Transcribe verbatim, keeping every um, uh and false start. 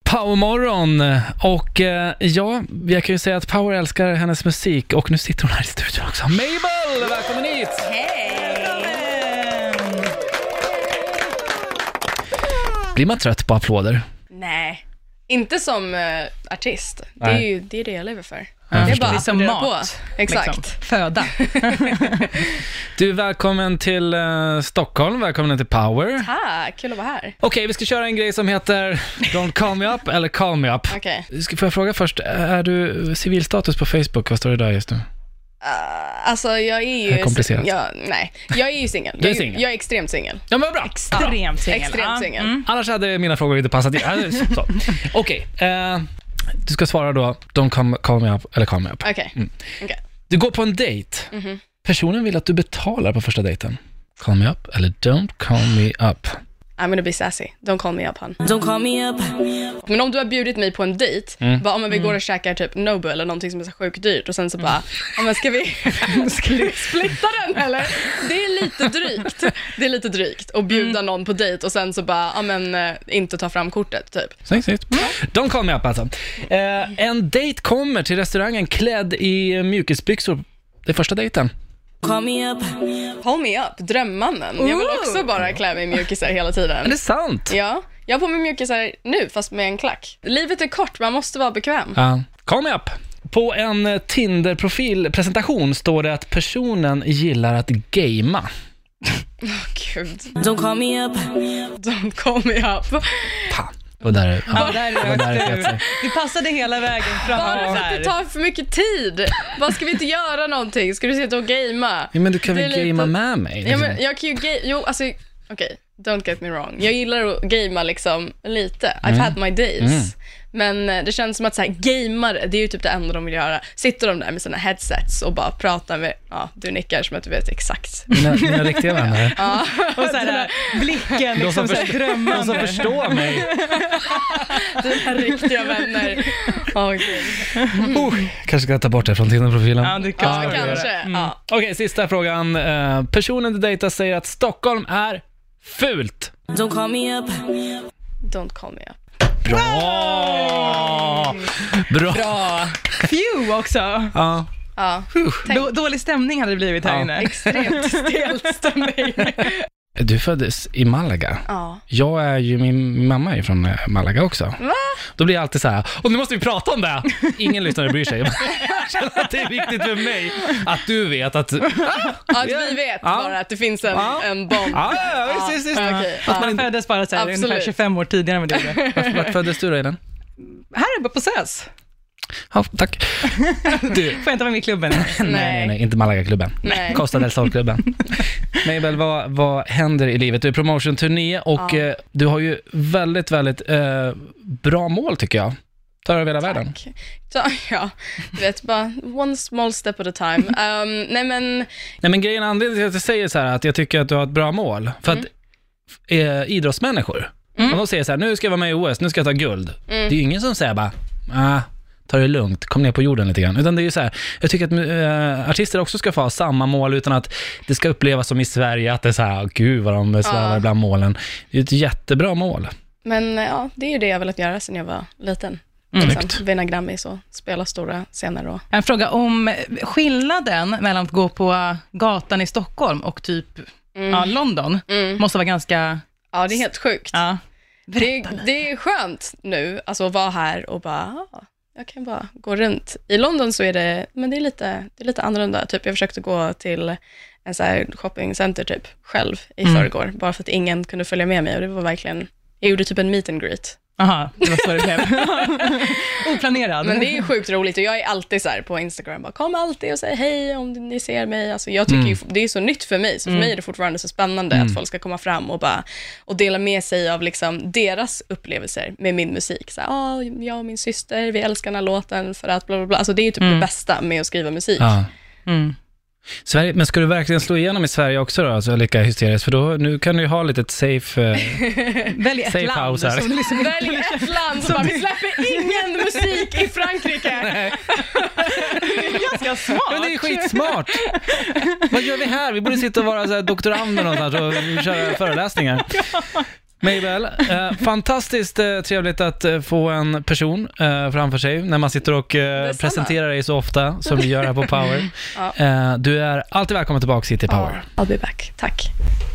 Powermorgon. Och eh, ja, jag kan ju säga att Power älskar hennes musik. Och nu sitter hon här i studion också. Mabel, välkommen hit! Hej! Blir man trött på applåder? Nej, inte som uh, artist. Det är Nej. ju det, är det jag lever för. Jag det är förstår. bara Det är som applådera mat, på. Exakt. liksom. Föda. Du är välkommen till eh, Stockholm. Välkommen till Power. Tack, kul att vara här. Okej, vi ska köra en grej som heter Don't call me up eller call me up. Okej. Ska- Får jag fråga först, är du civilstatus på Facebook? Vad står det där just nu? Uh, alltså jag är ju... Det är komplicerat. Jag, nej, jag är ju singel. Du är Jag, singel? jag är extremt singel. Ja, men vad bra. Extremt singel. Extremt Ja. singel. Mm. Annars hade mina frågor inte passat in. Ja, så. Okej, eh, du ska svara då Don't call, call me up eller call me up. Okej. Mm. Okej. Du går på en dejt. Mhm. Personen vill att du betalar på första dejten. Call me up eller don't call me up. I'm gonna be sassy. Don't call me up, hon. Don't call me up. Men om du har bjudit mig på en dejt, Mm. bara om vi går och käkar typ Nobu eller någonting som är så sjukt dyrt och sen så bara, ja men ska vi, ska vi splitta den eller? Det är lite drygt. Det är lite drygt att bjuda någon på dejt och sen så bara, ja men eh, inte ta fram kortet typ. Snyggt, snyggt. Don't call me up alltså. Eh, en dejt kommer till restaurangen klädd i mjukisbyxor. Det är första dejten. Call me up. Call me up, drömmannen. Jag vill också bara klä mig i mjukisar hela Men tiden. det är sant. Ja, jag har på mig mjukisar nu fast med en klack. Livet är kort, man måste vara bekväm. Ja. Call me up. På en eh, Tinder-profilpresentation står det att personen gillar att gamea. Åh gud, Don't call me up. don't call me up. Fan. Och där, ja, Ja, där det var där det rök sket du. sig. Du passade hela vägen fram. Bara för att det tar för mycket tid. Vad ska vi inte göra någonting? Ska du sitta och gamea? Ja, men du kan Det väl är lite- gamea med mig? Ja, Liksom. men jag kan ju ga- Jo, alltså, okej, don't get me wrong. Jag gillar att gamea liksom lite. I've Mm. had my days. Mm. Men eh, det känns som att så här, gamare, det är ju typ det enda de vill göra. Sitter de där med sina headsets och bara pratar med, ja, du nickar som att du vet exakt. Mina, mina riktiga vänner. Ja, Och så här, blicken De liksom som, så här förstår, de drömmande. som förstår mig. dina riktiga vänner. Åh gud. Oh, kanske ska jag ta bort det från Tinder-profilen. Ja, du kan. Ja, det gör kanske. Mm. Ja. Okej, sista frågan. Eh, personen du dejtar säger att Stockholm är fult. Don't call me up. Don't call me up. Bra! Bra! Bra. Few också. Ja. Ja, Då, dålig stämning hade det blivit här Ja. inne. extremt stelt stämning. Du föddes i Malaga. Ja. Jag är ju, min, min mamma är ju från eh, Malaga också. Va? Då blir jag alltid så här, och nu måste vi prata om det. Ingen lyssnare bryr sig. Jag känner att det är viktigt för mig att du vet att... Att vi vet Ja. bara att det finns en, Ja. en bond. Ja, ja, ja, visst, visst, visst. Okej, Att ja. man inte- Föddes bara så här, Absolut. ungefär tjugofem år tidigare än vad du gjorde. Vart, vart föddes du då i den? Här uppe på Sös. Ja, tack. Du, Får jag inte vara med i klubben? nej, nej, nej, inte Malaga-klubben. Nej. Costa del Sol-klubben. Mabel, vad, vad händer i livet? Du är promotion-turné och Ja. eh, du har ju väldigt, väldigt eh, bra mål tycker jag. Tar över hela världen. Tack. Så, ja, du vet, bara one small step at a time. Um, nej men, Nej, men grejen, anledningen till att jag säger så här att jag tycker att du har ett bra mål. För att eh, idrottsmänniskor, om de säger så här, nu ska jag vara med i O S, nu ska jag ta guld. Det är ju ingen som säger bara, ah, ta det lugnt, kom ner på jorden lite grann. Utan det är ju så här, jag tycker att äh, artister också ska få ha samma mål utan att det ska upplevas som i Sverige att det är så här, gud vad de svävar Ja. bland målen. Det är ett jättebra mål. men ja, det är ju det jag velat göra sedan jag var liten. Mm. Liksom, Snyggt. vinna Grammis och spela stora scener och... En fråga om skillnaden mellan att gå på gatan i Stockholm och typ Mm. ja, London. Mm. Måste vara ganska... Ja, det är helt sjukt. Ja. Det, det är skönt nu, alltså att vara här och bara, ah, jag kan bara gå runt. I London så är det, men det är lite, det är lite annorlunda. Typ jag försökte gå till en så här shoppingcenter typ själv i Mm. förrgår, bara för att ingen kunde följa med mig och det var verkligen, jag gjorde typ en meet and greet. Aha, det var så det blev. Oplanerad. Men det är sjukt roligt och jag är alltid så här på Instagram, bara kom alltid och säg hej om ni ser mig. Alltså jag tycker ju, det är så nytt för mig, så för Mm. mig är det fortfarande så spännande att folk ska komma fram och bara och dela med sig av liksom deras upplevelser med min musik. Så här, ah, jag och min syster, vi älskar den här låten för att bla bla bla. Alltså det är ju typ Mm. det bästa med att skriva musik. Ja. Mm. Sverige, men ska du verkligen slå igenom i Sverige också då, alltså lika hysteriskt? För då, nu kan du ju ha lite safe, eh, Välj ett safe land. house här. Som liksom Välj ett land som bara, vi släpper ingen musik i Frankrike. ganska smart. Men det är skitsmart. Vad gör vi här? Vi borde sitta och vara så här doktorander någonstans och köra föreläsningar. Mabel, eh, fantastiskt eh, trevligt att eh, få en person eh, framför sig när man sitter och eh, presenterar dig så ofta som du gör här på Power. Ja. eh, du är alltid välkommen tillbaka hit till Power. Ja, I'll be back. Tack.